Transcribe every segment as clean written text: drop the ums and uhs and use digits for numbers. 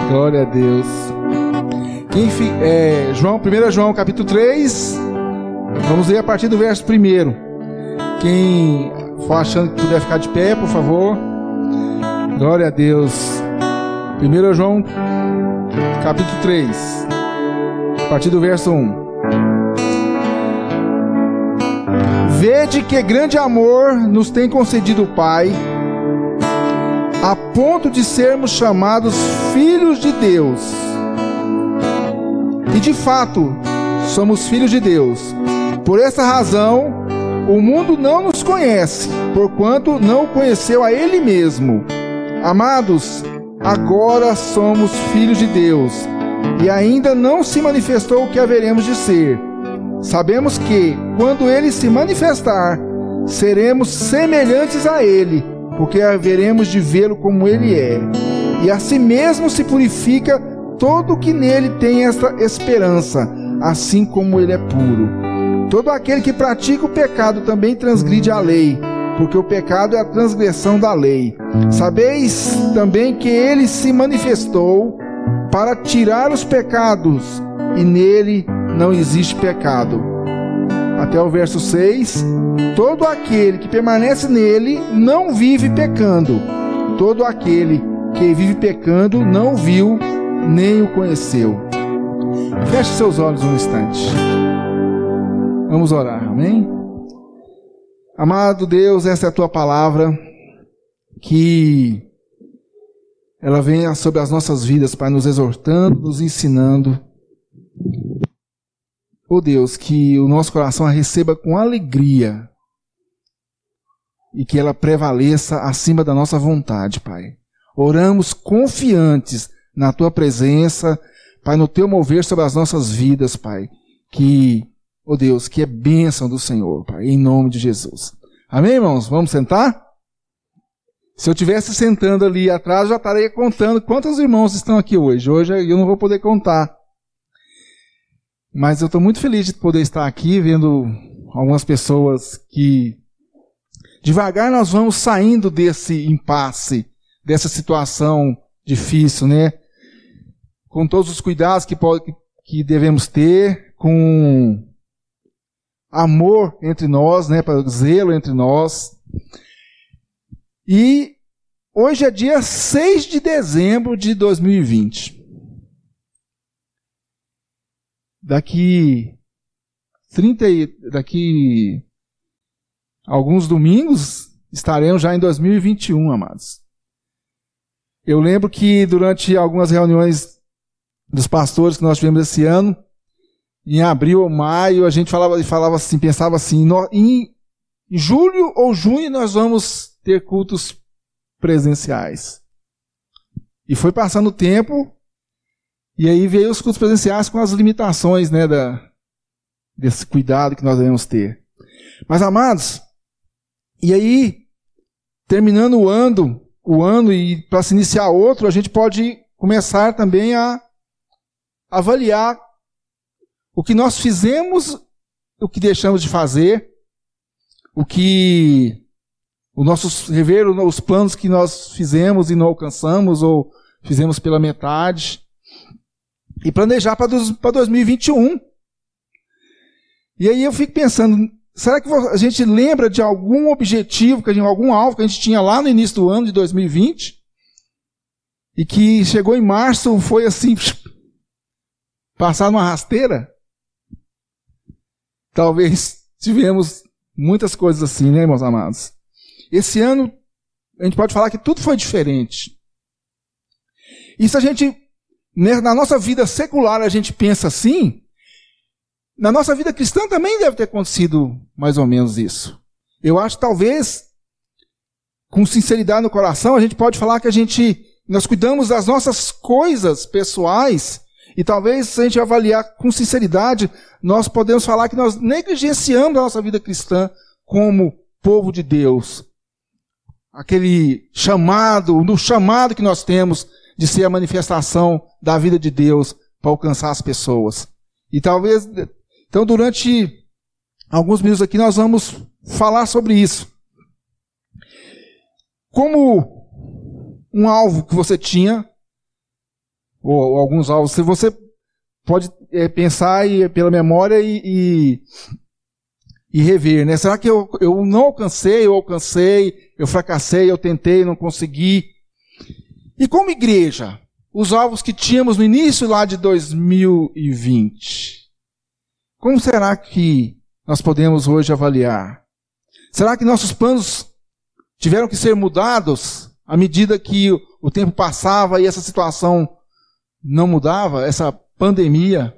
Glória a Deus. 1 João capítulo 3. Vamos ler a partir do verso 1. Quem for achando que puder ficar de pé, por favor. Glória a Deus. 1 João capítulo 3, a partir do verso 1. Vede que grande amor nos tem concedido o Pai, a ponto de sermos chamados filhos de Deus. E de fato, somos filhos de Deus. Por essa razão, o mundo não nos conhece, porquanto não o conheceu a Ele mesmo. Amados, agora somos filhos de Deus, e ainda não se manifestou o que haveremos de ser. Sabemos que, quando Ele se manifestar, seremos semelhantes a Ele, porque haveremos de vê-lo como Ele é. E assim mesmo se purifica todo o que nele tem esta esperança, assim como Ele é puro. Todo aquele que pratica o pecado também transgride a lei, porque o pecado é a transgressão da lei. Sabeis também que Ele se manifestou para tirar os pecados, e nele não existe pecado. Até o verso 6. Todo aquele que permanece nele não vive pecando. Todo aquele que vive pecando não viu nem o conheceu. Feche seus olhos um instante. Vamos orar, amém? Amado Deus, essa é a Tua palavra, que ela venha sobre as nossas vidas, Pai, nos exortando, nos ensinando. Oh Deus, que o nosso coração a receba com alegria e que ela prevaleça acima da nossa vontade, Pai. Oramos confiantes na Tua presença, Pai, no Teu mover sobre as nossas vidas, Pai. Que, oh Deus, que é bênção do Senhor, Pai, em nome de Jesus. Amém, irmãos? Vamos sentar? Se eu estivesse sentando ali atrás, eu já estaria contando quantos irmãos estão aqui hoje. Hoje eu não vou poder contar. Mas eu estou muito feliz de poder estar aqui, vendo algumas pessoas que devagar nós vamos saindo desse impasse, dessa situação difícil, né? Com todos os cuidados que devemos ter, com amor entre nós, né? Para zelo entre nós. E hoje é dia 6 de dezembro de 2020. Daqui alguns domingos estaremos já em 2021, amados. Eu lembro que durante algumas reuniões dos pastores que nós tivemos esse ano, em abril ou maio, a gente falava assim, pensava assim, em julho ou junho nós vamos ter cultos presenciais. E foi passando o tempo, e aí veio os cultos presenciais com as limitações, né, desse cuidado que nós devemos ter. Mas, amados, e aí, terminando o ano e para se iniciar outro, a gente pode começar também a avaliar o que nós fizemos, o que deixamos de fazer, rever os planos que nós fizemos e não alcançamos, ou fizemos pela metade, e planejar para 2021. E aí eu fico pensando, será que a gente lembra de algum objetivo, algum alvo que a gente tinha lá no início do ano de 2020, e que chegou em março, foi assim, passar numa rasteira? Talvez tivemos muitas coisas assim, né, meus amados? Esse ano, a gente pode falar que tudo foi diferente. E se a gente, na nossa vida secular, a gente pensa assim, na nossa vida cristã também deve ter acontecido mais ou menos isso. Eu acho que talvez, com sinceridade no coração, a gente pode falar que nós cuidamos das nossas coisas pessoais, e talvez, se a gente avaliar com sinceridade, nós podemos falar que nós negligenciamos a nossa vida cristã como povo de Deus. Aquele chamado, no chamado que nós temos de ser a manifestação da vida de Deus para alcançar as pessoas. E talvez, então durante alguns minutos aqui nós vamos falar sobre isso. Como um alvo que você tinha, ou alguns alvos. Se você pode pensar pela memória e rever, né? Será que eu não alcancei, eu alcancei, eu fracassei, eu tentei, não consegui? E como igreja, os alvos que tínhamos no início lá de 2020, como será que nós podemos hoje avaliar? Será que nossos planos tiveram que ser mudados à medida que o tempo passava e essa situação não mudava, essa pandemia?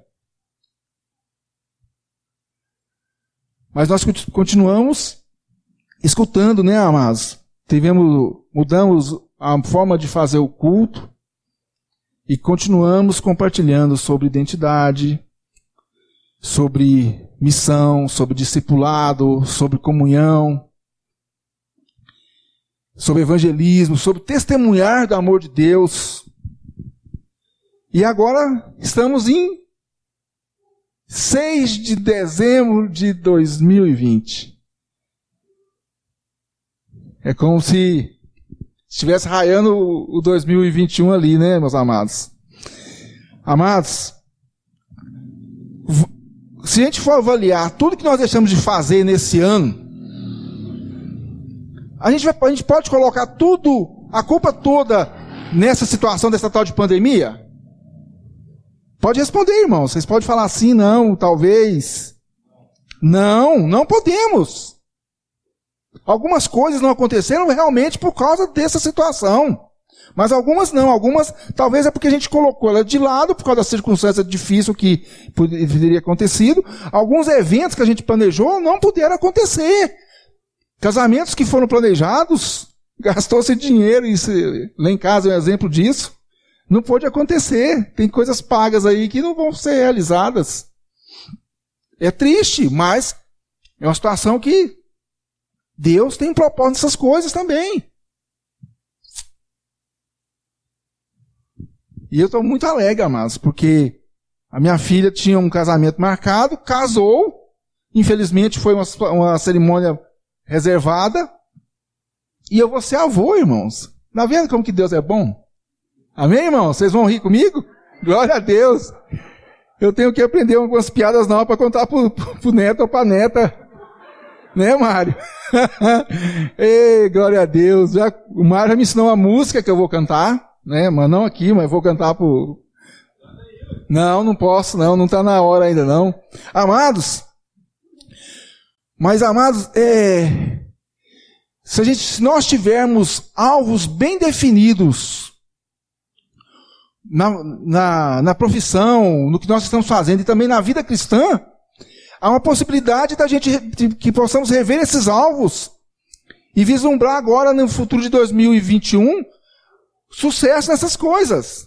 Mas nós continuamos escutando, né, amados? Mudamos a forma de fazer o culto e continuamos compartilhando sobre identidade, sobre missão, sobre discipulado, sobre comunhão, sobre evangelismo, sobre testemunhar do amor de Deus. E agora estamos em 6 de dezembro de 2020. É como se estivesse raiando o 2021 ali, né, meus amados? Amados, se a gente for avaliar tudo que nós deixamos de fazer nesse ano, a gente pode colocar a culpa toda nessa situação dessa tal de pandemia? Pode responder, irmão. Vocês podem falar assim, não, talvez. Não podemos. Algumas coisas não aconteceram realmente por causa dessa situação. Mas algumas não. Algumas talvez é porque a gente colocou ela de lado por causa da circunstância difícil que poderia acontecido. Alguns eventos que a gente planejou não puderam acontecer. Casamentos que foram planejados, gastou-se dinheiro, isso, lá em casa é um exemplo disso. Não pôde acontecer. Tem coisas pagas aí que não vão ser realizadas. É triste, mas é uma situação que Deus tem propósito nessas coisas também. E eu estou muito alegre, amados, porque a minha filha tinha um casamento marcado, casou, infelizmente foi uma cerimônia reservada, e eu vou ser avô, irmãos. Tá vendo como que Deus é bom? Amém, irmãos? Vocês vão rir comigo? Glória a Deus. Eu tenho que aprender algumas piadas novas para contar pro neto ou pra neta. Né, Mário? Ei, glória a Deus. O Mário já me ensinou uma música que eu vou cantar, né? Mas não aqui, mas vou cantar pro... Não posso, não está na hora ainda não. Amados, se nós tivermos alvos bem definidos na profissão, no que nós estamos fazendo e também na vida cristã, há uma possibilidade que possamos rever esses alvos e vislumbrar agora no futuro de 2021 sucesso nessas coisas.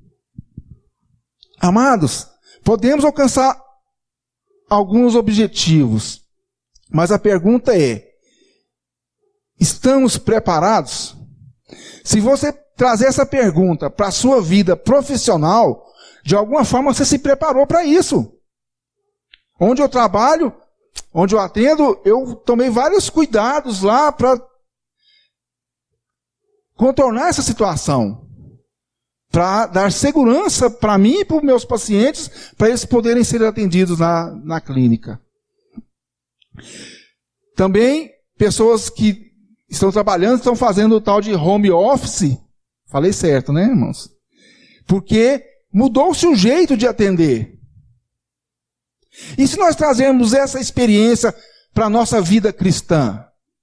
Amados, podemos alcançar alguns objetivos, mas a pergunta é: estamos preparados? Se você trazer essa pergunta para a sua vida profissional, de alguma forma você se preparou para isso. Onde eu trabalho, onde eu atendo, eu tomei vários cuidados lá para contornar essa situação. Para dar segurança para mim e para os meus pacientes, para eles poderem ser atendidos na clínica. Também, pessoas que estão trabalhando, estão fazendo o tal de home office. Falei certo, né, irmãos? Porque mudou-se o jeito de atender. E se nós trazermos essa experiência para a nossa vida cristã?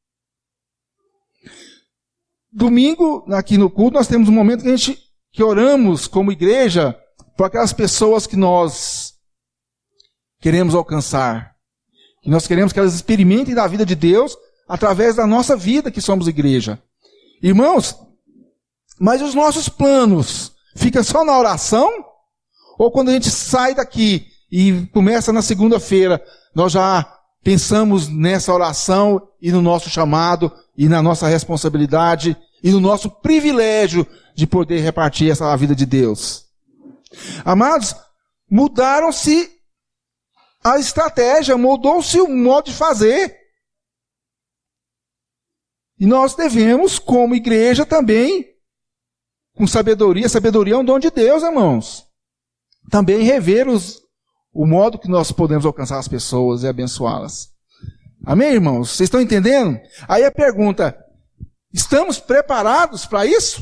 Domingo, aqui no culto, nós temos um momento que oramos como igreja por aquelas pessoas que nós queremos alcançar. Que nós queremos que elas experimentem da vida de Deus através da nossa vida que somos igreja. Irmãos, mas os nossos planos ficam só na oração? Ou quando a gente sai daqui e começa na segunda-feira, nós já pensamos nessa oração e no nosso chamado e na nossa responsabilidade e no nosso privilégio de poder repartir a vida de Deus? Amados, mudaram-se a estratégia, mudou-se o modo de fazer. E nós devemos, como igreja também, com sabedoria. Sabedoria é um dom de Deus, irmãos. Também rever o modo que nós podemos alcançar as pessoas e abençoá-las. Amém, irmãos? Vocês estão entendendo? Aí a pergunta, estamos preparados para isso?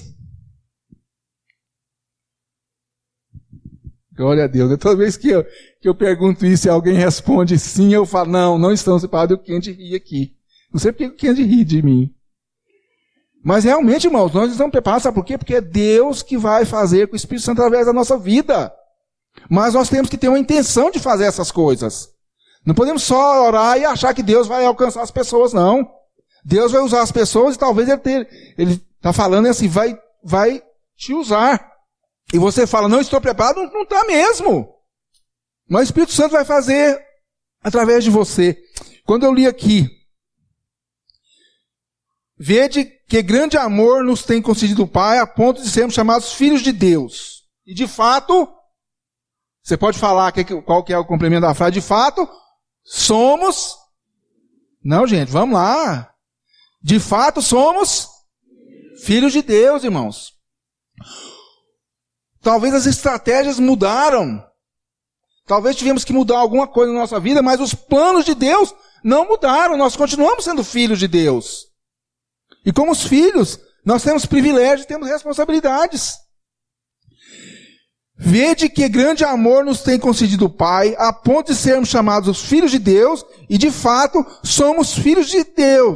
Glória a Deus. Toda vez que eu pergunto isso e alguém responde sim, eu falo, não estamos preparados. O Kennedy ri aqui. Não sei porque o Kennedy ri de mim. Mas realmente, irmãos, nós estamos preparados, sabe por quê? Porque é Deus que vai fazer com o Espírito Santo através da nossa vida. Mas nós temos que ter uma intenção de fazer essas coisas. Não podemos só orar e achar que Deus vai alcançar as pessoas, não. Deus vai usar as pessoas e talvez Ele está falando assim, vai te usar. E você fala, não estou preparado, não está mesmo. Mas o Espírito Santo vai fazer através de você. Quando eu li aqui, vede que grande amor nos tem concedido o Pai, a ponto de sermos chamados filhos de Deus. E de fato, você pode falar qual que é o complemento da frase, de fato, somos... Não, gente, vamos lá. De fato, somos filhos de Deus, irmãos. Talvez as estratégias mudaram. Talvez tivemos que mudar alguma coisa na nossa vida, mas os planos de Deus não mudaram. Nós continuamos sendo filhos de Deus. E como os filhos, nós temos privilégios e temos responsabilidades. Vede que grande amor nos tem concedido o Pai, a ponto de sermos chamados os filhos de Deus, e de fato somos filhos de Deus.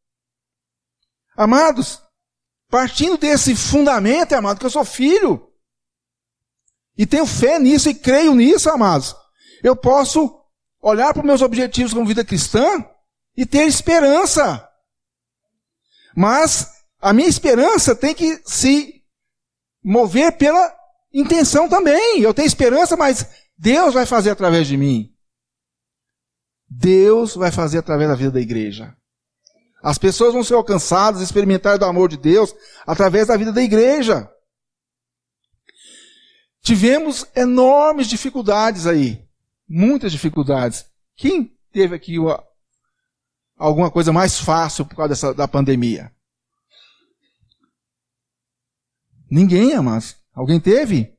Amados, partindo desse fundamento, amado, que eu sou filho, e tenho fé nisso e creio nisso, amados, eu posso olhar para os meus objetivos como vida cristã e ter esperança. Mas a minha esperança tem que se mover pela intenção também. Eu tenho esperança, mas Deus vai fazer através de mim. Deus vai fazer através da vida da igreja. As pessoas vão ser alcançadas, experimentar do amor de Deus através da vida da igreja. Tivemos enormes dificuldades aí. Muitas dificuldades. Quem teve aqui alguma coisa mais fácil por causa da pandemia? Ninguém, amados. Alguém teve?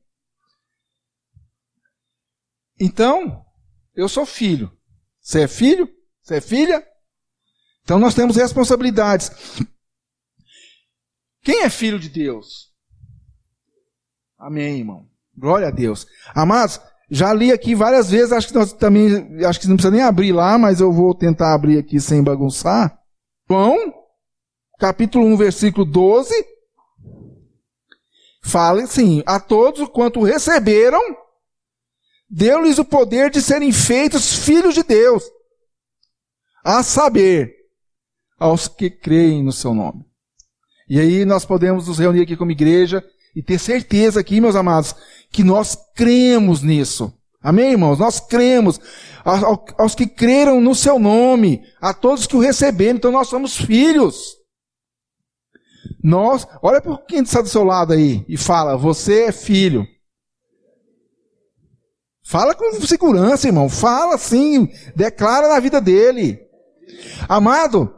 Então, eu sou filho. Você é filho? Você é filha? Então nós temos responsabilidades. Quem é filho de Deus? Amém, irmão. Glória a Deus. Amados, já li aqui várias vezes, acho que não precisa nem abrir lá, mas eu vou tentar abrir aqui sem bagunçar. João, capítulo 1, versículo 12. Fala assim, a todos quanto receberam, deu-lhes o poder de serem feitos filhos de Deus, a saber, aos que creem no seu nome. E aí nós podemos nos reunir aqui como igreja e ter certeza aqui, meus amados, que nós cremos nisso. Amém, irmãos? Nós cremos. Aos que creram no seu nome, a todos que o receberam, então nós somos filhos. Olha para quem está do seu lado aí e fala, você é filho. Fala com segurança, irmão. Fala sim, declara na vida dele. Amado,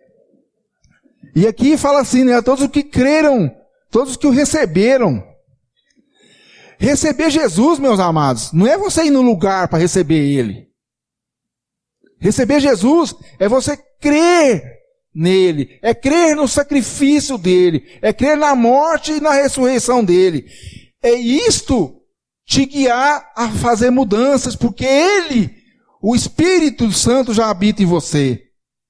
e aqui fala assim, né? Todos os que creram, todos os que o receberam. Receber Jesus, meus amados, não é você ir no lugar para receber ele. Receber Jesus é você crer nele, é crer no sacrifício dele, é crer na morte e na ressurreição dele. É isto te guiar a fazer mudanças, porque ele, o Espírito Santo já habita em você.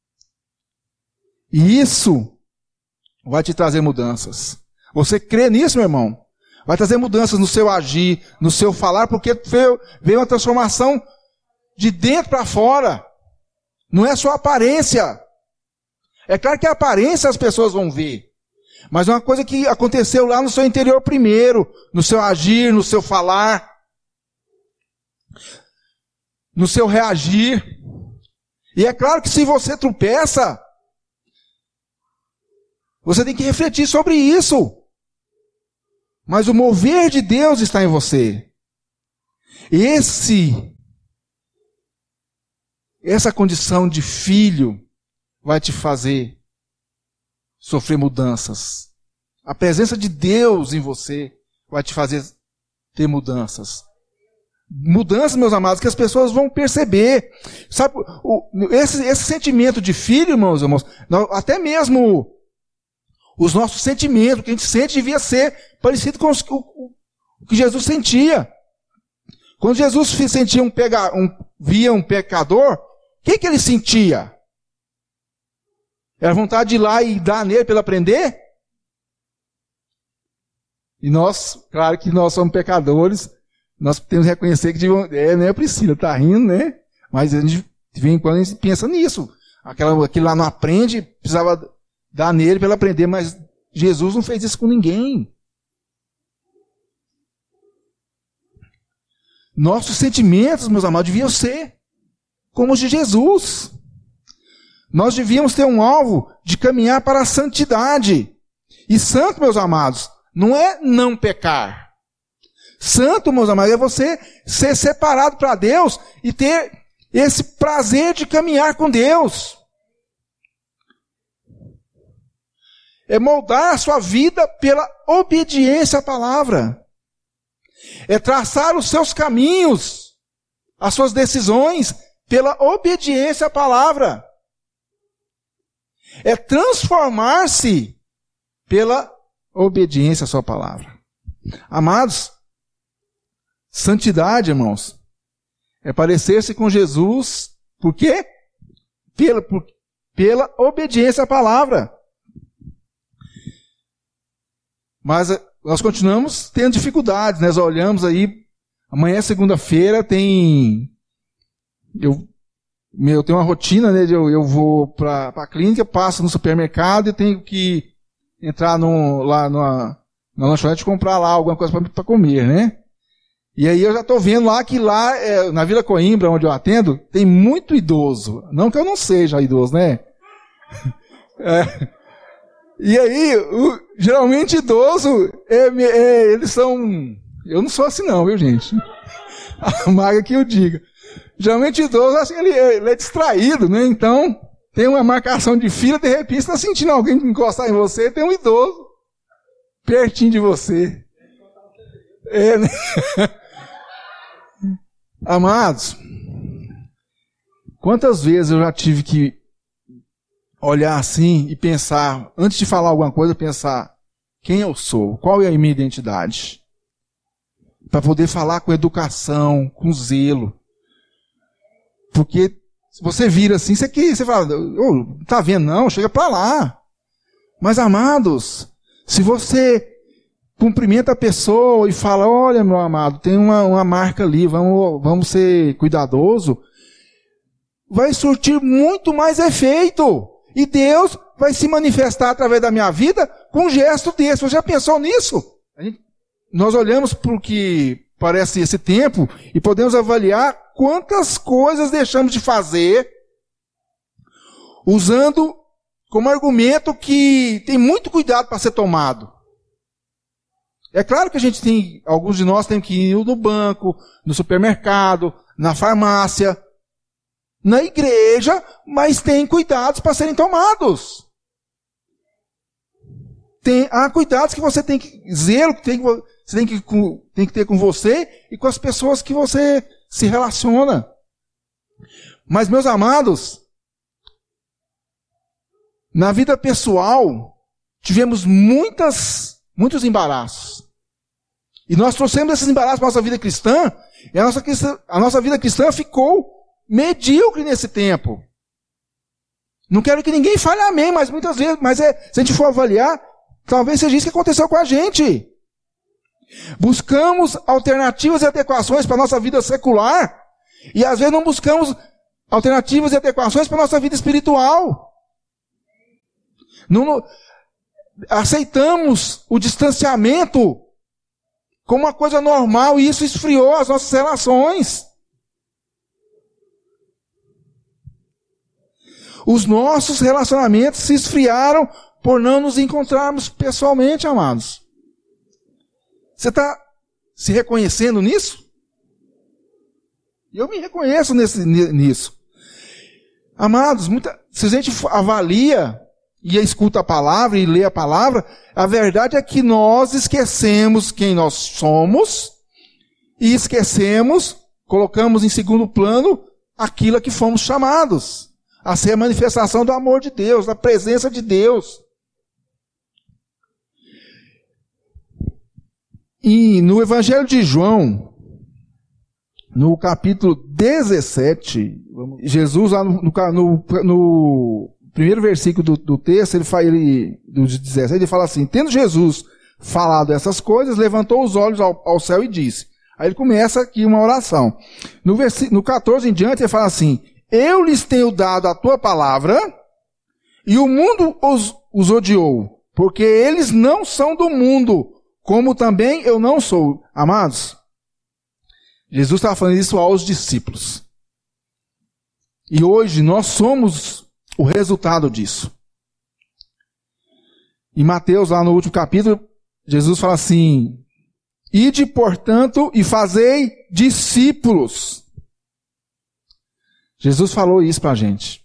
E isso vai te trazer mudanças. Você crê nisso, meu irmão? Vai trazer mudanças no seu agir, no seu falar, porque veio uma transformação de dentro para fora. Não é só aparência. É claro que a aparência as pessoas vão ver. Mas é uma coisa que aconteceu lá no seu interior primeiro. No seu agir, no seu falar. No seu reagir. E é claro que se você tropeça, você tem que refletir sobre isso. Mas o mover de Deus está em você. Essa condição de filho vai te fazer sofrer mudanças A presença de Deus em você vai te fazer ter mudanças. Mudanças, meus amados, que as pessoas vão perceber. Sabe, esse sentimento de filho, irmãos, até mesmo os nossos sentimentos, o que a gente sente devia ser parecido com o que Jesus sentia. Quando Jesus sentia via um pecador, o que ele sentia? Era vontade de ir lá e dar nele para ele aprender? E nós, claro que nós somos pecadores, nós temos que reconhecer que né, Priscila, tá rindo, né? Mas a gente, de vez em quando, a gente pensa nisso. Aquele lá não aprende, precisava dar nele para ele aprender, mas Jesus não fez isso com ninguém. Nossos sentimentos, meus amados, deviam ser como os de Jesus. Nós devíamos ter um alvo de caminhar para a santidade. E santo, meus amados, não é não pecar. Santo, meus amados, é você ser separado para Deus e ter esse prazer de caminhar com Deus. É moldar a sua vida pela obediência à palavra. É traçar os seus caminhos, as suas decisões, pela obediência à palavra. É transformar-se pela obediência à sua palavra. Amados, santidade, irmãos, é parecer-se com Jesus. Por quê? Pela obediência à palavra. Mas nós continuamos tendo dificuldades, né? Nós olhamos aí, amanhã, segunda-feira, eu tenho uma rotina, né? Eu vou para a clínica, passo no supermercado e tenho que entrar lá na lanchonete e comprar lá alguma coisa para comer, né? E aí eu já estou vendo lá que na Vila Coimbra, onde eu atendo, tem muito idoso. Não que eu não seja idoso, né? E aí, geralmente idoso, eles são... Eu não sou assim não, viu, gente? A maga que eu diga. Geralmente idoso, assim, ele é distraído, né? Então, tem uma marcação de fila, de repente você está sentindo alguém encostar em você, tem um idoso pertinho de você. Né? Amados, quantas vezes eu já tive que olhar assim e pensar, antes de falar alguma coisa, pensar quem eu sou, qual é a minha identidade, para poder falar com educação, com zelo. Porque se você vira assim, você fala, tá vendo não? Chega para lá. Mas amados, se você cumprimenta a pessoa e fala, olha meu amado, tem uma marca ali, vamos ser cuidadoso, vai surtir muito mais efeito. E Deus vai se manifestar através da minha vida com um gesto desse. Você já pensou nisso? Nós olhamos para o que parece esse tempo e podemos avaliar quantas coisas deixamos de fazer usando como argumento que tem muito cuidado para ser tomado. É claro que alguns de nós têm que ir no banco, no supermercado, na farmácia, na igreja, mas tem cuidados para serem tomados. Há cuidados que você tem que zelo, você tem que ter com você e com as pessoas que você se relaciona. Mas, meus amados, na vida pessoal, tivemos muitos embaraços. E nós trouxemos esses embaraços para a nossa vida cristã, e a nossa vida cristã ficou medíocre nesse tempo. Não quero que ninguém fale amém, mas muitas vezes, se a gente for avaliar, talvez seja isso que aconteceu com a gente. Buscamos alternativas e adequações para a nossa vida secular, e às vezes não buscamos alternativas e adequações para a nossa vida espiritual. Não aceitamos o distanciamento como uma coisa normal, e isso esfriou as nossas relações. Os nossos relacionamentos se esfriaram por não nos encontrarmos pessoalmente, amados. Você está se reconhecendo nisso? Eu me reconheço nisso. Amados, se a gente avalia e escuta a palavra e lê a palavra, a verdade é que nós esquecemos quem nós somos e esquecemos, colocamos em segundo plano aquilo a que fomos chamados, a ser a manifestação do amor de Deus, da presença de Deus. E no Evangelho de João, no capítulo 17, Jesus, lá no primeiro versículo do texto, do 17, ele fala assim: tendo Jesus falado essas coisas, levantou os olhos ao céu e disse. Aí ele começa aqui uma oração. No 14 em diante, ele fala assim: eu lhes tenho dado a tua palavra, e o mundo os odiou, porque eles não são do mundo, como também eu não sou. Amados, Jesus estava falando isso aos discípulos. E hoje nós somos o resultado disso. Em Mateus, lá no último capítulo, Jesus fala assim: ide, portanto, e fazei discípulos. Jesus falou isso para a gente.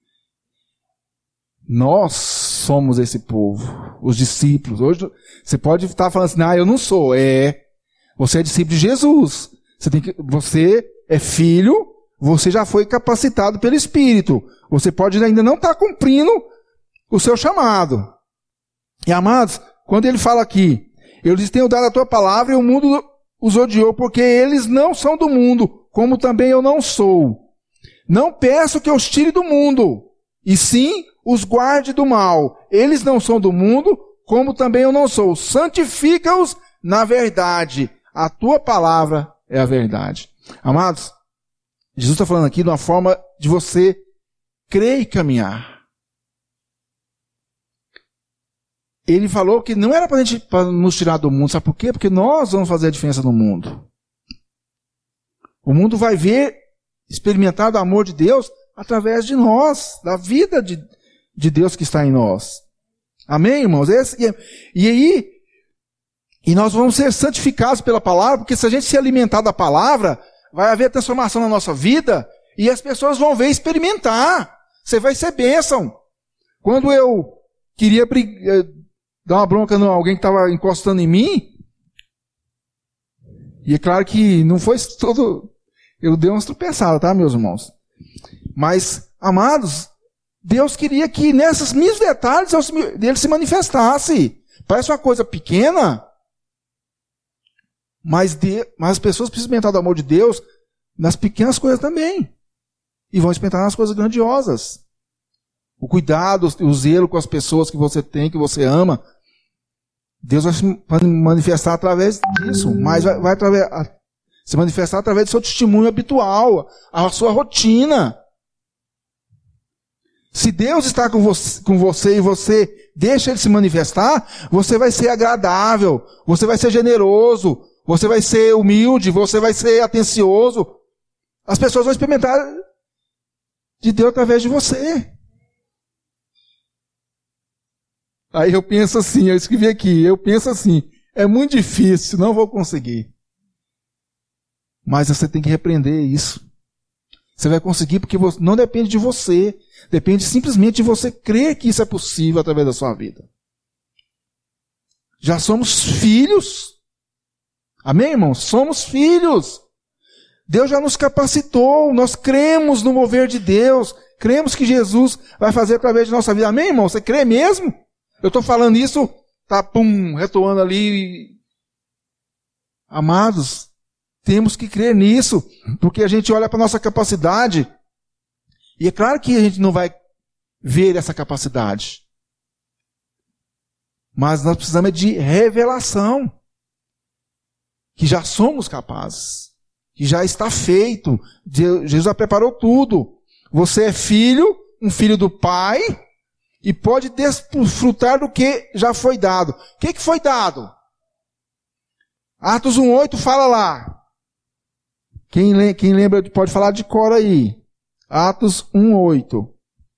Nós somos esse povo, os discípulos. Hoje você pode estar falando assim: eu não sou. Você é discípulo de Jesus. Você é filho, você já foi capacitado pelo Espírito. Você pode ainda não estar cumprindo o seu chamado. E amados, quando ele fala aqui: eu lhes tenho dado a tua palavra e o mundo os odiou, porque eles não são do mundo, como também eu não sou. Não peço que os tire do mundo, e sim os guarde do mal. Eles não são do mundo, como também eu não sou. Santifica-os na verdade. A tua palavra é a verdade. Amados, Jesus está falando aqui de uma forma de você crer e caminhar. Ele falou que não era para nos tirar do mundo. Sabe por quê? Porque nós vamos fazer a diferença no mundo. O mundo vai ver, experimentar o amor de Deus através de nós, da vida de Deus que está em nós. Amém, irmãos? E nós vamos ser santificados pela palavra, porque se a gente se alimentar da palavra, vai haver transformação na nossa vida, e as pessoas vão ver e experimentar. Você vai ser bênção. Quando eu queria dar uma bronca em alguém que estava encostando em mim, e é claro que não foi todo... Eu dei umas tropeçadas, tá, meus irmãos? Mas, amados, Deus queria que nesses mínimos detalhes ele se manifestasse. Parece uma coisa pequena, mas as pessoas precisam experimentar do amor de Deus nas pequenas coisas também. E vão experimentar nas coisas grandiosas. O cuidado, o zelo com as pessoas que você tem, que você ama. Deus vai se manifestar através disso, mas vai se manifestar através do seu testemunho habitual, a sua rotina. Se Deus está com você e você deixa Ele se manifestar, você vai ser agradável, você vai ser generoso, você vai ser humilde, você vai ser atencioso. As pessoas vão experimentar de Deus através de você. Aí eu penso assim, eu escrevi aqui, eu penso assim, é muito difícil, não vou conseguir. Mas você tem que repreender isso. Você vai conseguir porque não depende de você, depende simplesmente de você crer que isso é possível através da sua vida. Já somos filhos. Amém, irmãos? Somos filhos. Deus já nos capacitou, nós cremos no mover de Deus, cremos que Jesus vai fazer através de nossa vida. Amém, irmão? Você crê mesmo? Eu estou falando isso, tá, retoando ali. Amados, temos que crer nisso, porque a gente olha para a nossa capacidade, e é claro que a gente não vai ver essa capacidade. Mas nós precisamos de revelação, que já somos capazes, que já está feito. Jesus já preparou tudo. Você é filho, um filho do Pai, e pode desfrutar do que já foi dado. O que foi dado? Atos 1:8 fala lá. Quem lembra pode falar de cor aí. Atos 1:8.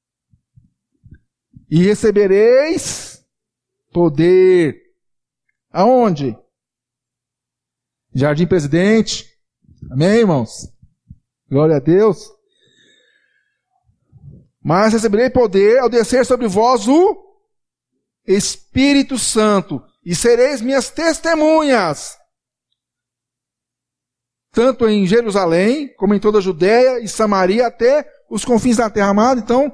E recebereis poder. Aonde? Jardim Presidente. Amém, irmãos? Glória a Deus. Mas receberei poder ao descer sobre vós o Espírito Santo, e sereis minhas testemunhas, tanto em Jerusalém, como em toda a Judéia e Samaria, até os confins da terra. Amado, então,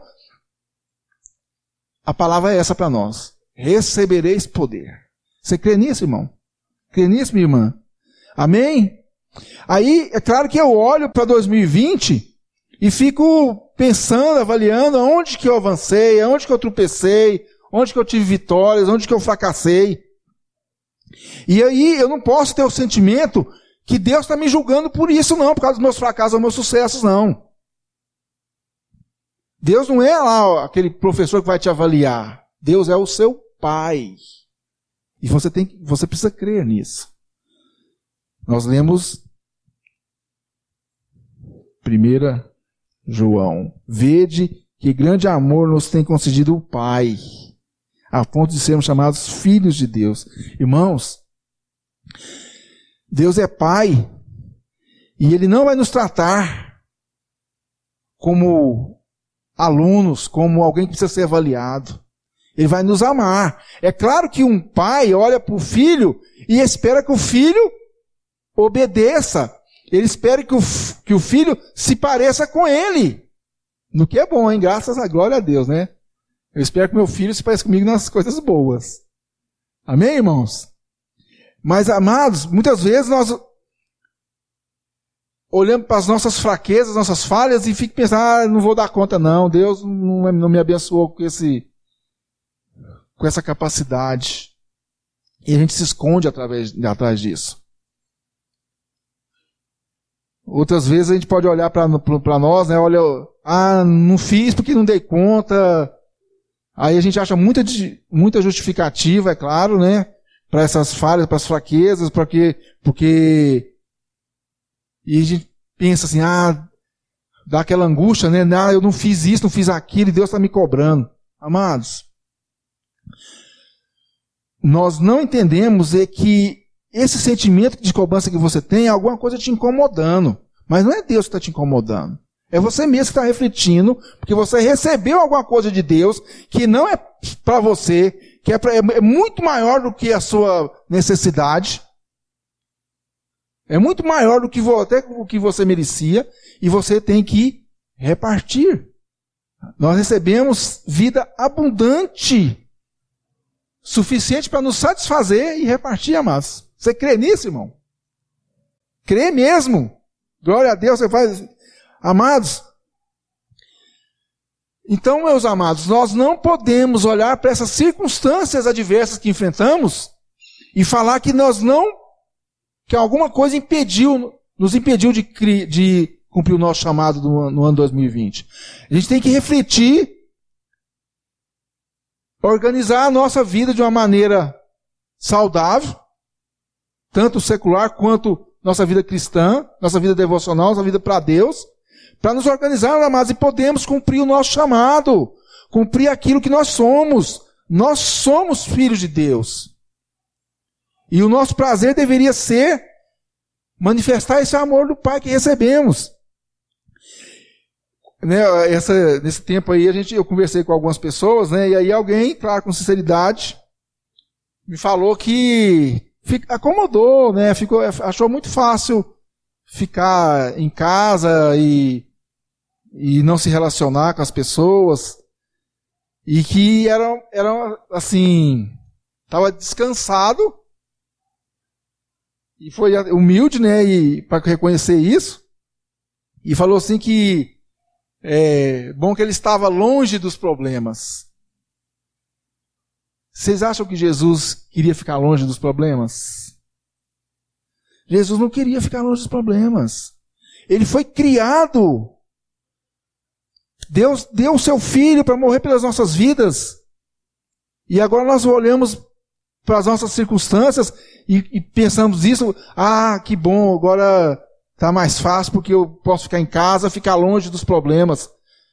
a palavra é essa para nós. Recebereis poder. Você crê nisso, irmão? Crê nisso, minha irmã? Amém? Aí, é claro que eu olho para 2020 e fico pensando, avaliando aonde que eu avancei, aonde que eu tropecei, onde que eu tive vitórias, onde que eu fracassei. E aí eu não posso ter o sentimento que Deus está me julgando por isso, não, por causa dos meus fracassos ou meus sucessos, não. Deus não é lá aquele professor que vai te avaliar. Deus é o seu Pai. E você precisa crer nisso. Nós lemos 1 João. Vede que grande amor nos tem concedido o Pai, a ponto de sermos chamados filhos de Deus. Irmãos, Deus é Pai, e Ele não vai nos tratar como alunos, como alguém que precisa ser avaliado. Ele vai nos amar. É claro que um pai olha para o filho e espera que o filho obedeça. Ele espera que o filho se pareça com ele. No que é bom, hein? Graças a glória a Deus, né? Eu espero que meu filho se pareça comigo nas coisas boas. Amém, irmãos? Mas, amados, muitas vezes nós olhamos para as nossas fraquezas, nossas falhas, e fica pensando, não vou dar conta não, Deus não me abençoou com essa capacidade. E a gente se esconde atrás disso. Outras vezes a gente pode olhar para nós, né? Olha, não fiz porque não dei conta. Aí a gente acha muita justificativa, é claro, né? Para essas falhas, para as fraquezas, porque e a gente pensa assim, dá aquela angústia, né? Eu não fiz isso, não fiz aquilo, e Deus está me cobrando. Amados, nós não entendemos que esse sentimento de cobrança que você tem é alguma coisa te incomodando. Mas não é Deus que está te incomodando. É você mesmo que está refletindo, porque você recebeu alguma coisa de Deus que não é para você, que é muito maior do que a sua necessidade. É muito maior do que até o que você merecia, e você tem que repartir. Nós recebemos vida abundante, suficiente para nos satisfazer e repartir, amados. Você crê nisso, irmão? Crê mesmo. Glória a Deus, você faz. Amados, então, meus amados, nós não podemos olhar para essas circunstâncias adversas que enfrentamos e falar que que alguma coisa nos impediu de cumprir o nosso chamado no ano 2020. A gente tem que refletir, organizar a nossa vida de uma maneira saudável, tanto secular quanto nossa vida cristã, nossa vida devocional, nossa vida para Deus, para nos organizar, amados, e podemos cumprir o nosso chamado, cumprir aquilo que nós somos. Nós somos filhos de Deus. E o nosso prazer deveria ser manifestar esse amor do Pai que recebemos. Né, nesse tempo aí, eu conversei com algumas pessoas, né, e aí alguém, claro, com sinceridade, me falou que acomodou, né, achou muito fácil ficar em casa e não se relacionar com as pessoas, e que era assim, estava descansado, e foi humilde, né, para reconhecer isso, e falou assim que é bom que ele estava longe dos problemas. Vocês acham que Jesus queria ficar longe dos problemas? Jesus não queria ficar longe dos problemas. Ele foi criado. Deus deu o seu Filho para morrer pelas nossas vidas. E agora nós olhamos para as nossas circunstâncias e pensamos isso. Que bom, agora está mais fácil porque eu posso ficar em casa, ficar longe dos problemas.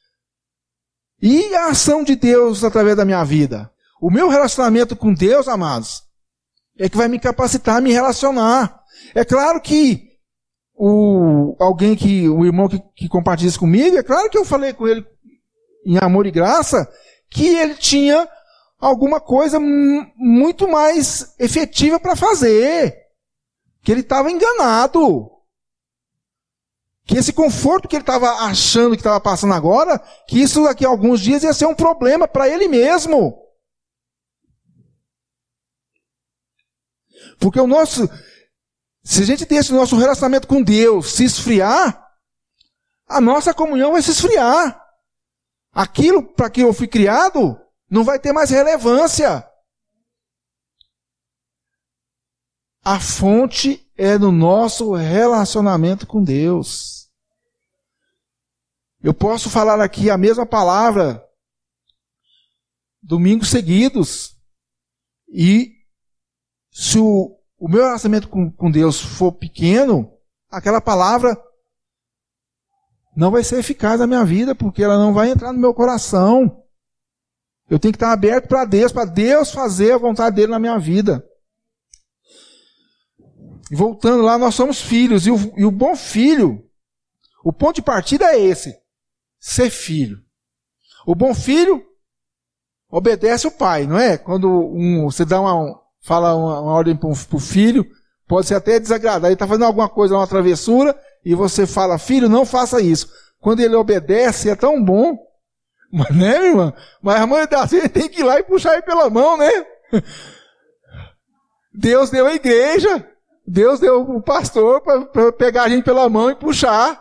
E a ação de Deus através da minha vida? O meu relacionamento com Deus, amados, é que vai me capacitar a me relacionar. É claro que o irmão que compartilha isso comigo, é claro que eu falei com ele em amor e graça, que ele tinha alguma coisa muito mais efetiva para fazer. Que ele estava enganado. Que esse conforto que ele estava achando que estava passando agora, que isso daqui a alguns dias ia ser um problema para ele mesmo. Porque se a gente deixa o nosso relacionamento com Deus se esfriar, a nossa comunhão vai se esfriar. Aquilo para que eu fui criado não vai ter mais relevância. A fonte é no nosso relacionamento com Deus. Eu posso falar aqui a mesma palavra domingos seguidos, e se o meu relacionamento com Deus for pequeno, aquela palavra não vai ser eficaz na minha vida, porque ela não vai entrar no meu coração. Eu tenho que estar aberto para Deus fazer a vontade dele na minha vida. E voltando lá, nós somos filhos, e o bom filho, o ponto de partida é esse, ser filho. O bom filho obedece o pai, não é? Quando você fala uma ordem para o filho, pode ser até desagradar. Ele está fazendo alguma coisa, uma travessura, e você fala, filho, não faça isso. Quando ele obedece, é tão bom. Mas, né, minha irmã? Mas a mãe da gente tem que ir lá e puxar ele pela mão, né? Deus deu a igreja. Deus deu o pastor para pegar a gente pela mão e puxar.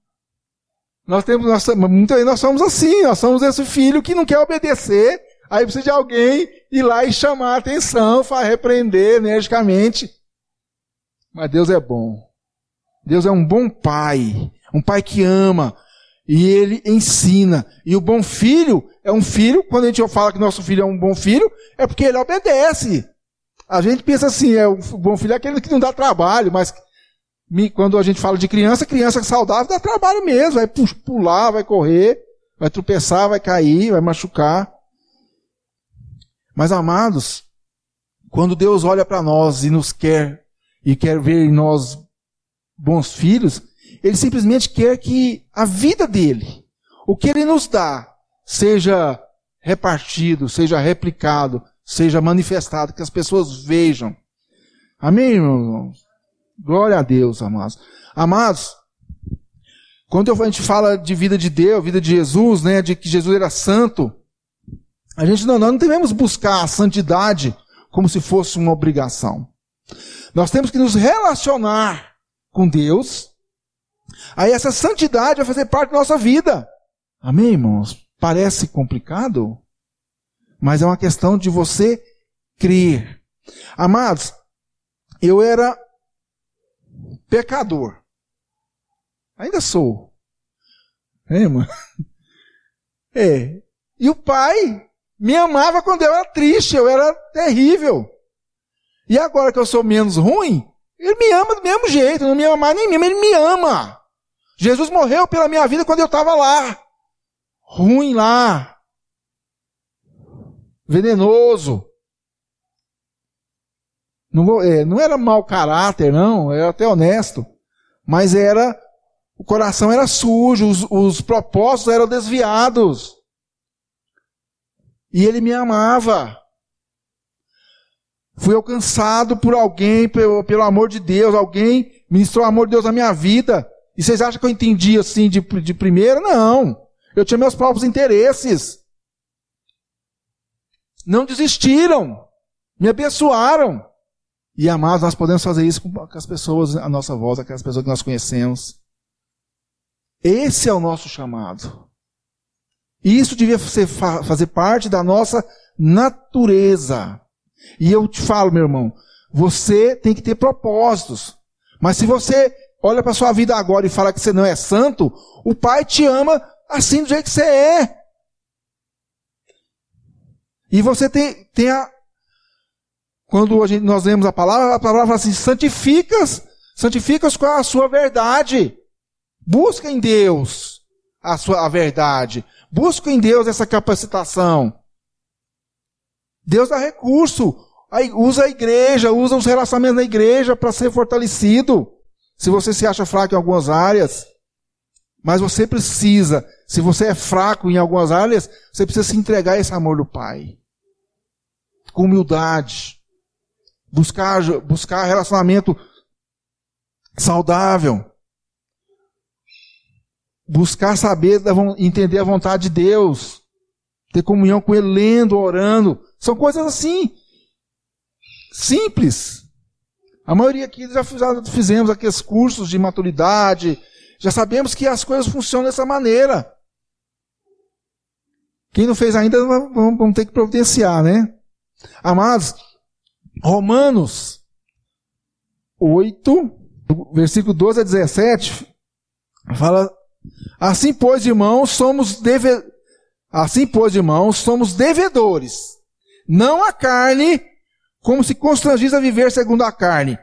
Muitas vezes nós somos assim, nós somos esse filho que não quer obedecer, aí precisa de alguém ir lá e chamar a atenção, repreender energicamente. Mas Deus é bom. Deus é um bom pai, um pai que ama, e ele ensina. E o bom filho é um filho, quando a gente fala que nosso filho é um bom filho, é porque ele obedece. A gente pensa assim, o bom filho é aquele que não dá trabalho, mas quando a gente fala de criança saudável dá trabalho mesmo, vai pular, vai correr, vai tropeçar, vai cair, vai machucar. Mas, amados, quando Deus olha para nós e quer ver em nós bons filhos, Ele simplesmente quer que a vida dele, o que Ele nos dá, seja repartido, seja replicado, seja manifestado, que as pessoas vejam. Amém, irmãos? Glória a Deus, amados. Amados, quando a gente fala de vida de Deus, vida de Jesus, né, de que Jesus era santo, a gente não devemos buscar a santidade como se fosse uma obrigação. Nós temos que nos relacionar com Deus, aí essa santidade vai fazer parte da nossa vida. Amém, irmãos? Parece complicado, mas é uma questão de você crer. Amados, eu era pecador. Ainda sou. É, irmão? É. E o pai me amava quando eu era triste, eu era terrível. E agora que eu sou menos ruim, ele me ama do mesmo jeito, não me ama mais nem mesmo, ele me ama. Jesus morreu pela minha vida quando eu estava lá. Ruim lá. Venenoso. Não era mau caráter, não, era até honesto. Mas o coração era sujo, os propósitos eram desviados. E ele me amava. Fui alcançado por alguém, pelo amor de Deus, alguém ministrou o amor de Deus na minha vida. E vocês acham que eu entendi assim de primeira? Não. Eu tinha meus próprios interesses. Não desistiram. Me abençoaram. E, amados, nós podemos fazer isso com as pessoas à nossa volta, aquelas pessoas que nós conhecemos. Esse é o nosso chamado. E isso devia fazer parte da nossa natureza. E eu te falo, meu irmão, você tem que ter propósitos. Mas se você olha para a sua vida agora e fala que você não é santo, o Pai te ama assim do jeito que você é. E você tem quando nós lemos a palavra fala assim, santifica-os com a sua verdade. Busca em Deus a verdade. Busca em Deus essa capacitação. Deus dá recurso. Usa a igreja, usa os relacionamentos da igreja para ser fortalecido. Se você se acha fraco em algumas áreas. Mas você precisa, se você é fraco em algumas áreas, você precisa se entregar a esse amor do Pai. Com humildade. Buscar relacionamento saudável. Buscar saber, entender a vontade de Deus. Ter comunhão com Ele, lendo, orando. São coisas assim, simples. A maioria aqui já fizemos aqueles cursos de maturidade. Já sabemos que as coisas funcionam dessa maneira. Quem não fez ainda, vamos ter que providenciar, né? Amados, Romanos 8, versículo 12 a 17, fala: Assim, pois, irmãos, somos devedores, não a carne, como se constrangis a viver segundo a carne.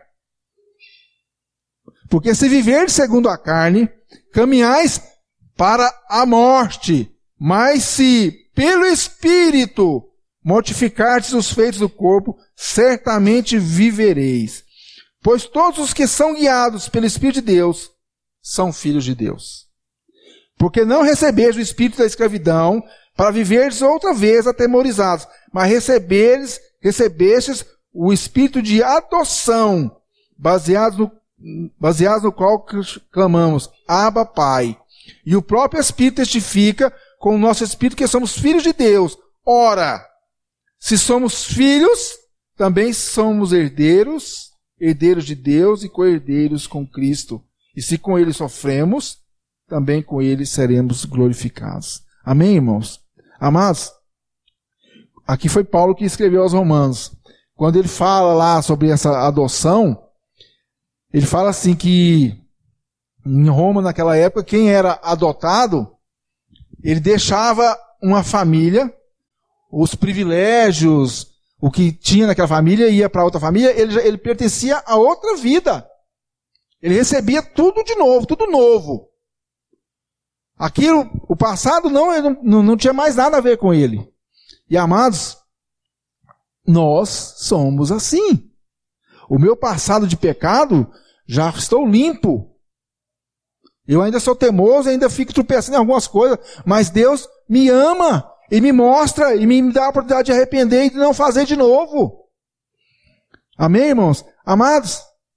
Porque se viverdes segundo a carne, caminhais para a morte. Mas se pelo Espírito mortificardes os feitos do corpo, certamente vivereis. Pois todos os que são guiados pelo Espírito de Deus são filhos de Deus. Porque não recebeis o espírito da escravidão para viverdes outra vez atemorizados, mas recebestes o espírito de adoção, baseado no qual clamamos, Abba, Pai. E o próprio Espírito testifica com o nosso Espírito que somos filhos de Deus. Ora, se somos filhos, também somos herdeiros de Deus e co-herdeiros com Cristo. E se com Ele sofremos, também com Ele seremos glorificados. Amém, irmãos? Amados, aqui foi Paulo que escreveu aos Romanos. Quando ele fala lá sobre essa adoção, ele fala assim que em Roma, naquela época, quem era adotado, ele deixava uma família, os privilégios, o que tinha naquela família, ia para outra família, ele pertencia a outra vida. Ele recebia tudo de novo, tudo novo. Aquilo, o passado não tinha mais nada a ver com ele. E amados, nós somos assim. O meu passado de pecado, já estou limpo. Eu ainda sou teimoso, ainda fico tropeçando em algumas coisas, mas Deus me ama e me mostra e me dá a oportunidade de arrepender e de não fazer de novo. Amém, irmãos? Amados,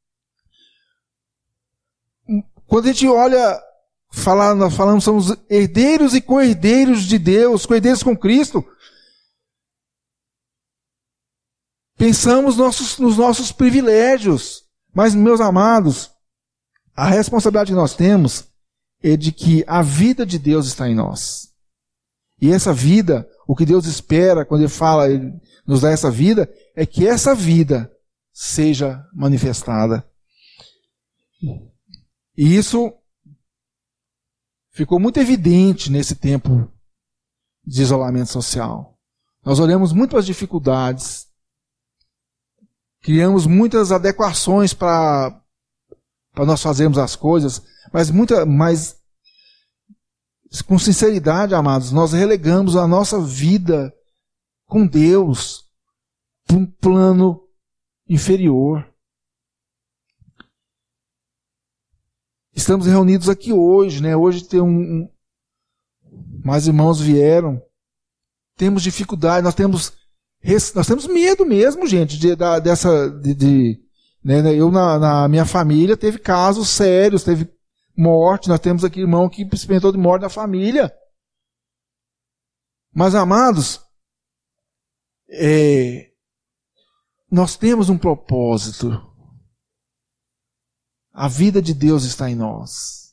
quando a gente olha, nós falamos, somos herdeiros e co-herdeiros de Deus, co-herdeiros com Cristo. Pensamos nos nossos privilégios. Mas, meus amados, a responsabilidade que nós temos é de que a vida de Deus está em nós. E essa vida, o que Deus espera quando Ele fala, Ele nos dá essa vida, é que essa vida seja manifestada. E isso ficou muito evidente nesse tempo de isolamento social. Nós olhamos muito para as dificuldades, criamos muitas adequações para nós fazermos as coisas, mas com sinceridade, amados, nós relegamos a nossa vida com Deus para um plano inferior. Estamos reunidos aqui hoje, né? Hoje tem mais irmãos vieram. Temos dificuldade, nós temos medo mesmo, gente, né? Eu, na minha família, teve casos sérios, teve morte, nós temos aqui irmão que experimentou de morte na família. Mas, amados, nós temos um propósito. A vida de Deus está em nós.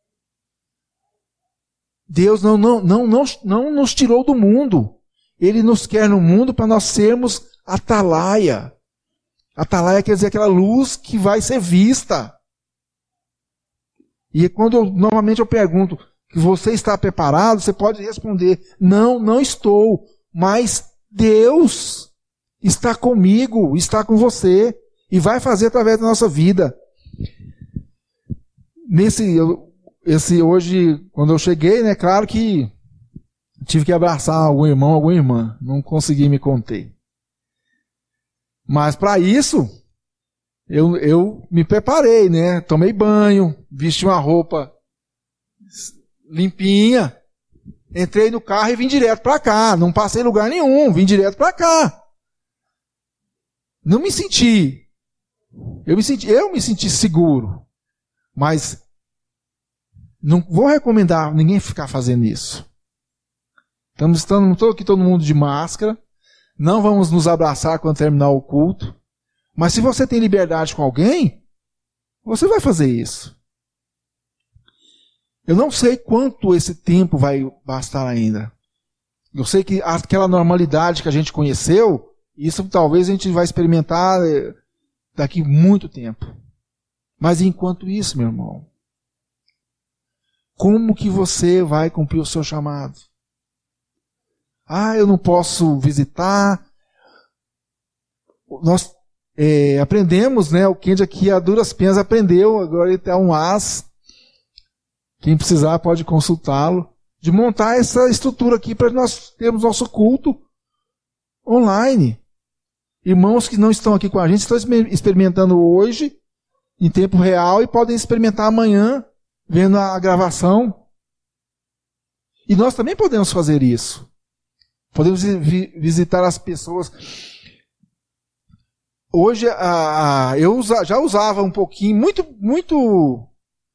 Deus não nos tirou do mundo. Ele nos quer no mundo para nós sermos atalaia. Atalaia quer dizer aquela luz que vai ser vista. E quando normalmente eu pergunto que você está preparado, você pode responder, não estou, mas Deus está comigo, está com você e vai fazer através da nossa vida. Hoje, quando eu cheguei, né, claro que tive que abraçar algum irmão, alguma irmã. Não consegui me conter. Mas para isso, eu me preparei, né? Tomei banho, vesti uma roupa limpinha. Entrei no carro e vim direto para cá. Não passei em lugar nenhum, vim direto para cá. Não me senti. Eu me senti seguro. Mas não vou recomendar ninguém ficar fazendo isso. Estou aqui todo mundo de máscara. Não vamos nos abraçar quando terminar o culto. Mas se você tem liberdade com alguém, você vai fazer isso. Eu não sei quanto esse tempo vai bastar ainda. Eu sei que aquela normalidade que a gente conheceu, isso talvez a gente vai experimentar daqui muito tempo. Mas enquanto isso, meu irmão, como que você vai cumprir o seu chamado? Eu não posso visitar. Nós aprendemos, né? O Kendi aqui a duras penas aprendeu, agora ele tem um as. Quem precisar pode consultá-lo, de montar essa estrutura aqui para nós termos nosso culto online. Irmãos que não estão aqui com a gente estão experimentando hoje, em tempo real, e podem experimentar amanhã, vendo a gravação. E nós também podemos fazer isso. Podemos visitar as pessoas. Hoje, eu já usava um pouquinho, muito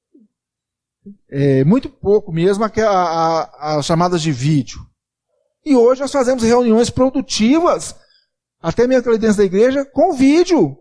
pouco mesmo, as chamadas de vídeo. E hoje nós fazemos reuniões produtivas, até mesmo dentro da igreja, com vídeo.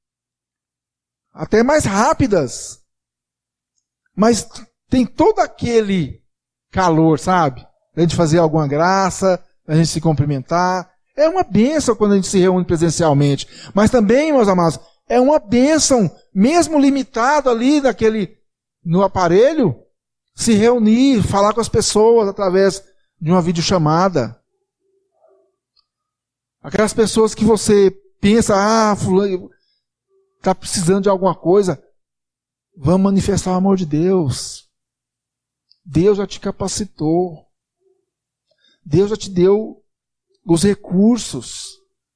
Até mais rápidas. Mas tem todo aquele calor, sabe? A gente fazer alguma graça, a gente se cumprimentar. É uma bênção quando a gente se reúne presencialmente. Mas também, meus amados, é uma bênção, mesmo limitado ali no aparelho, se reunir, falar com as pessoas através de uma videochamada. Aquelas pessoas que você pensa, fulano está precisando de alguma coisa, vamos manifestar o amor de Deus. Deus já te capacitou. Deus já te deu os recursos.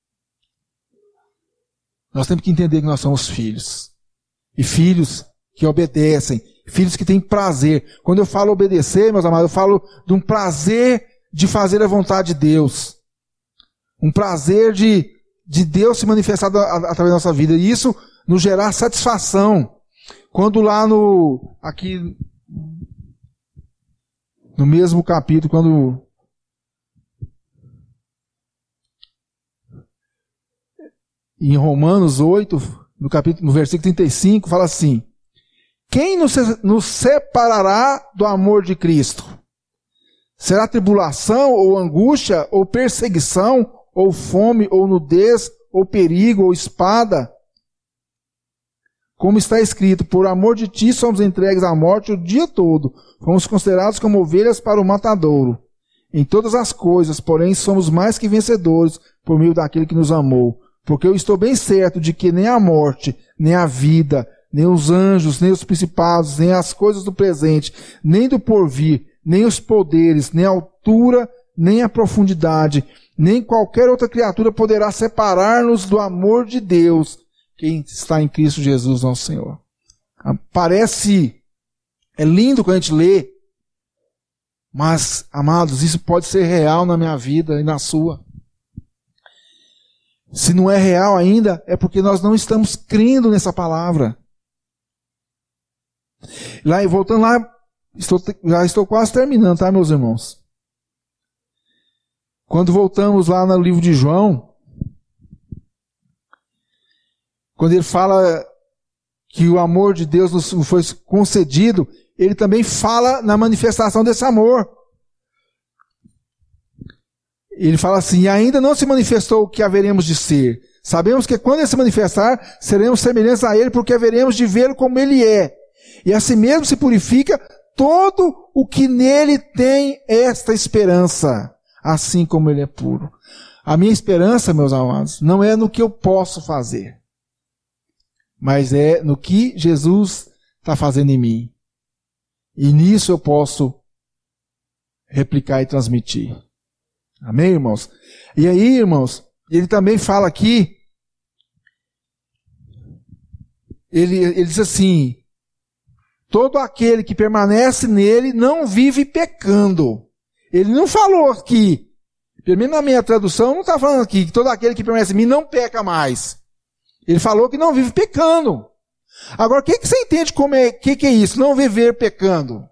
Nós temos que entender que nós somos filhos. E filhos que obedecem. Filhos que têm prazer. Quando eu falo obedecer, meus amados, eu falo de um prazer de fazer a vontade de Deus. Um prazer de Deus se manifestar através da nossa vida. E isso nos gerar satisfação. Quando lá aqui no mesmo capítulo, quando em Romanos 8, no versículo 35, fala assim: quem nos separará do amor de Cristo? Será tribulação, ou angústia, ou perseguição, ou fome, ou nudez, ou perigo, ou espada? Como está escrito, por amor de ti somos entregues à morte o dia todo, fomos considerados como ovelhas para o matadouro. Em todas as coisas, porém, somos mais que vencedores por meio daquele que nos amou. Porque eu estou bem certo de que nem a morte, nem a vida, nem os anjos, nem os principados, nem as coisas do presente, nem do porvir, nem os poderes, nem a altura, nem a profundidade, nem qualquer outra criatura poderá separar-nos do amor de Deus, quem está em Cristo Jesus, nosso Senhor. É lindo quando a gente lê, mas, amados, isso pode ser real na minha vida e na sua. Se não é real ainda, é porque nós não estamos crendo nessa palavra. Voltando lá, já estou quase terminando, tá, meus irmãos? Quando voltamos lá no livro de João, quando ele fala que o amor de Deus nos foi concedido, ele também fala na manifestação desse amor. Ele fala assim: e ainda não se manifestou o que haveremos de ser. Sabemos que quando ele se manifestar, seremos semelhantes a ele, porque haveremos de vê-lo como ele é. E assim mesmo se purifica todo o que nele tem esta esperança, assim como ele é puro. A minha esperança, meus amados, não é no que eu posso fazer, mas é no que Jesus está fazendo em mim. E nisso eu posso replicar e transmitir. Amém, irmãos? E aí, irmãos, ele também fala aqui, ele diz assim, todo aquele que permanece nele não vive pecando. Ele não falou aqui, pelo menos na minha tradução, não está falando aqui que todo aquele que permanece em mim não peca mais. Ele falou que não vive pecando. Agora, o que você entende como que é isso? Não viver pecando.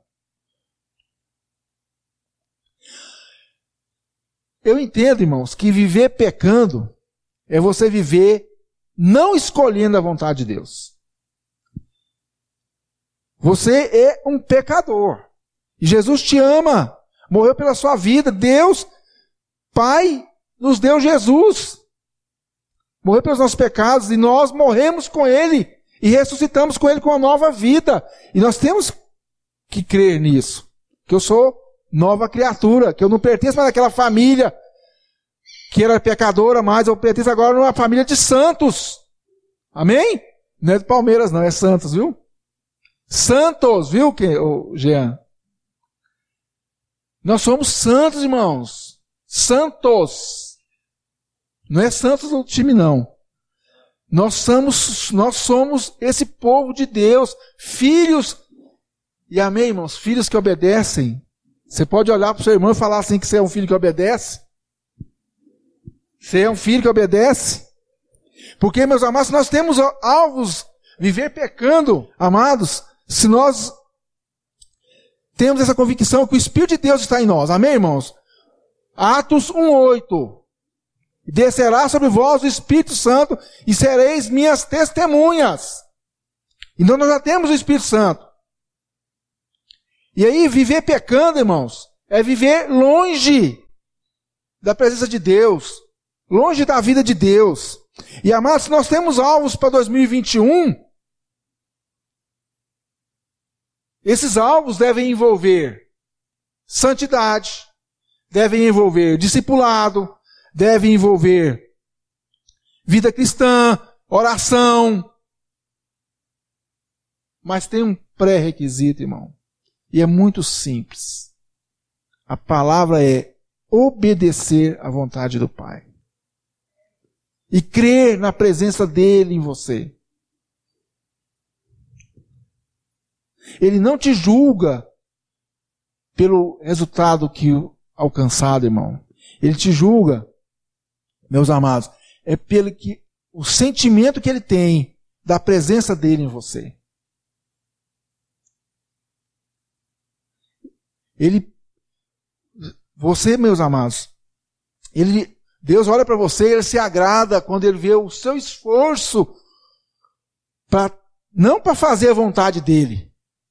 Eu entendo, irmãos, que viver pecando é você viver não escolhendo a vontade de Deus. Você é um pecador. E Jesus te ama. Morreu pela sua vida. Deus, Pai, nos deu Jesus. Morreu pelos nossos pecados e nós morremos com Ele. E ressuscitamos com Ele com uma nova vida. E nós temos que crer nisso. Que eu sou nova criatura. Que eu não pertenço mais àquela família que era pecadora, mas eu pertenço agora a uma família de santos. Amém? Não é do Palmeiras não, é Santos, viu? Santos, viu, Jean? Nós somos santos, irmãos. Santos. Não é santos do time, não. Nós somos esse povo de Deus, filhos. E amém, irmãos? Filhos que obedecem. Você pode olhar para o seu irmão e falar assim que você é um filho que obedece? Você é um filho que obedece? Porque, meus amados, nós temos alvos, viver pecando, amados, se nós temos essa convicção que o Espírito de Deus está em nós. Amém, irmãos? Atos 1:8. Descerá sobre vós o Espírito Santo e sereis minhas testemunhas. Então nós já temos o Espírito Santo. E aí, viver pecando, irmãos, é viver longe da presença de Deus, longe da vida de Deus. E, amados, nós temos alvos para 2021. Esses alvos devem envolver santidade, devem envolver discipulado, devem envolver vida cristã, oração. Mas tem um pré-requisito, irmão. E é muito simples. A palavra é obedecer à vontade do Pai. E crer na presença dele em você. Ele não te julga pelo resultado que alcançado, irmão. Ele te julga, meus amados, é pelo que o sentimento que ele tem da presença dele em você. Você, meus amados, Deus olha para você e Ele se agrada quando Ele vê o seu esforço não para fazer a vontade dEle,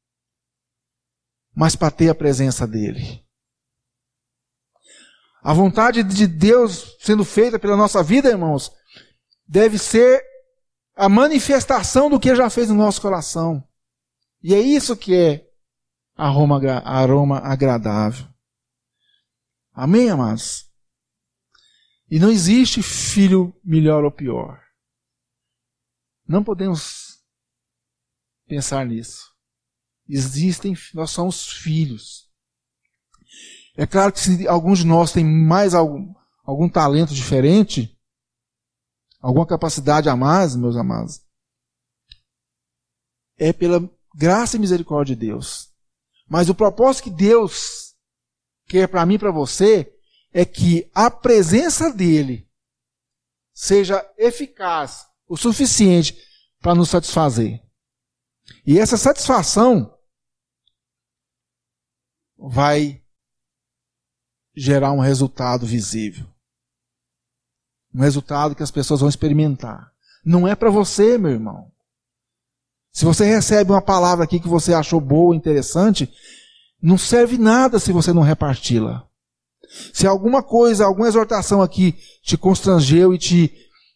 mas para ter a presença dEle. A vontade de Deus sendo feita pela nossa vida, irmãos, deve ser a manifestação do que Ele já fez no nosso coração. E é isso que é aroma agradável. Amém, amados? E não existe filho melhor ou pior. Não podemos pensar nisso. Nós somos filhos. É claro que se alguns de nós têm mais algum talento diferente, alguma capacidade a mais, meus amados, é pela graça e misericórdia de Deus. Mas o propósito que Deus quer para mim e para você é que a presença dele seja eficaz o suficiente para nos satisfazer. E essa satisfação vai gerar um resultado visível. Um resultado que as pessoas vão experimentar. Não é para você, meu irmão. Se você recebe uma palavra aqui que você achou boa, interessante, não serve nada se você não reparti-la. Se alguma coisa, alguma exortação aqui te constrangeu e te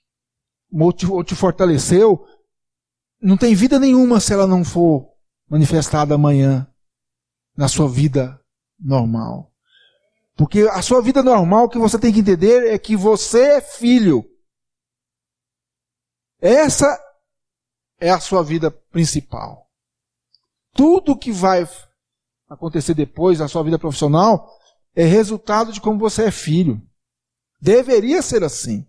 fortaleceu, não tem vida nenhuma se ela não for manifestada amanhã na sua vida normal. Porque a sua vida normal, o que você tem que entender é que você é filho. Essa é a sua vida principal. Tudo que vai acontecer depois da sua vida profissional é resultado de como você é filho. Deveria ser assim.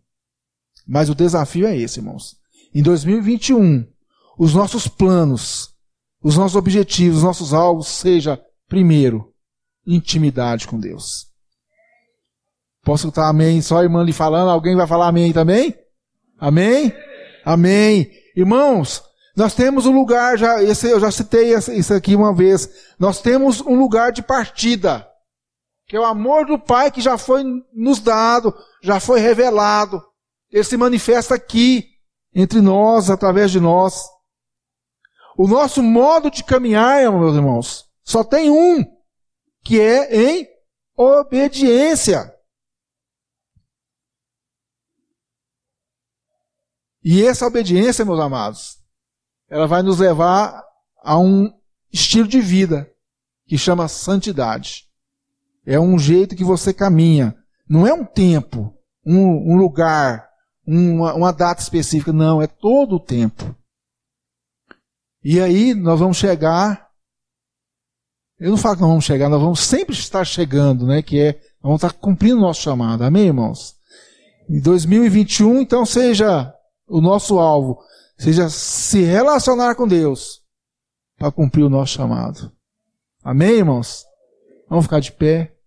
Mas o desafio é esse, irmãos. Em 2021, os nossos planos os nossos objetivos, os nossos alvos, seja, primeiro, intimidade com Deus. Posso escutar amém? Só a irmã lhe falando, alguém vai falar amém também? Amém? Amém. Irmãos, nós temos um lugar, eu já citei isso aqui uma vez, nós temos um lugar de partida, que é o amor do Pai que já foi nos dado, já foi revelado. Ele se manifesta aqui, entre nós, através de nós. O nosso modo de caminhar, meus irmãos, só tem um, que é em obediência. E essa obediência, meus amados, ela vai nos levar a um estilo de vida que chama santidade. É um jeito que você caminha. Não é um tempo, um lugar, uma data específica. Não, é todo o tempo. E aí nós vamos chegar... Eu não falo que nós vamos chegar, nós vamos sempre estar chegando, né? Vamos estar cumprindo o nosso chamado. Amém, irmãos? Em 2021, então, seja o nosso alvo, seja se relacionar com Deus para cumprir o nosso chamado. Amém, irmãos? Vamos ficar de pé.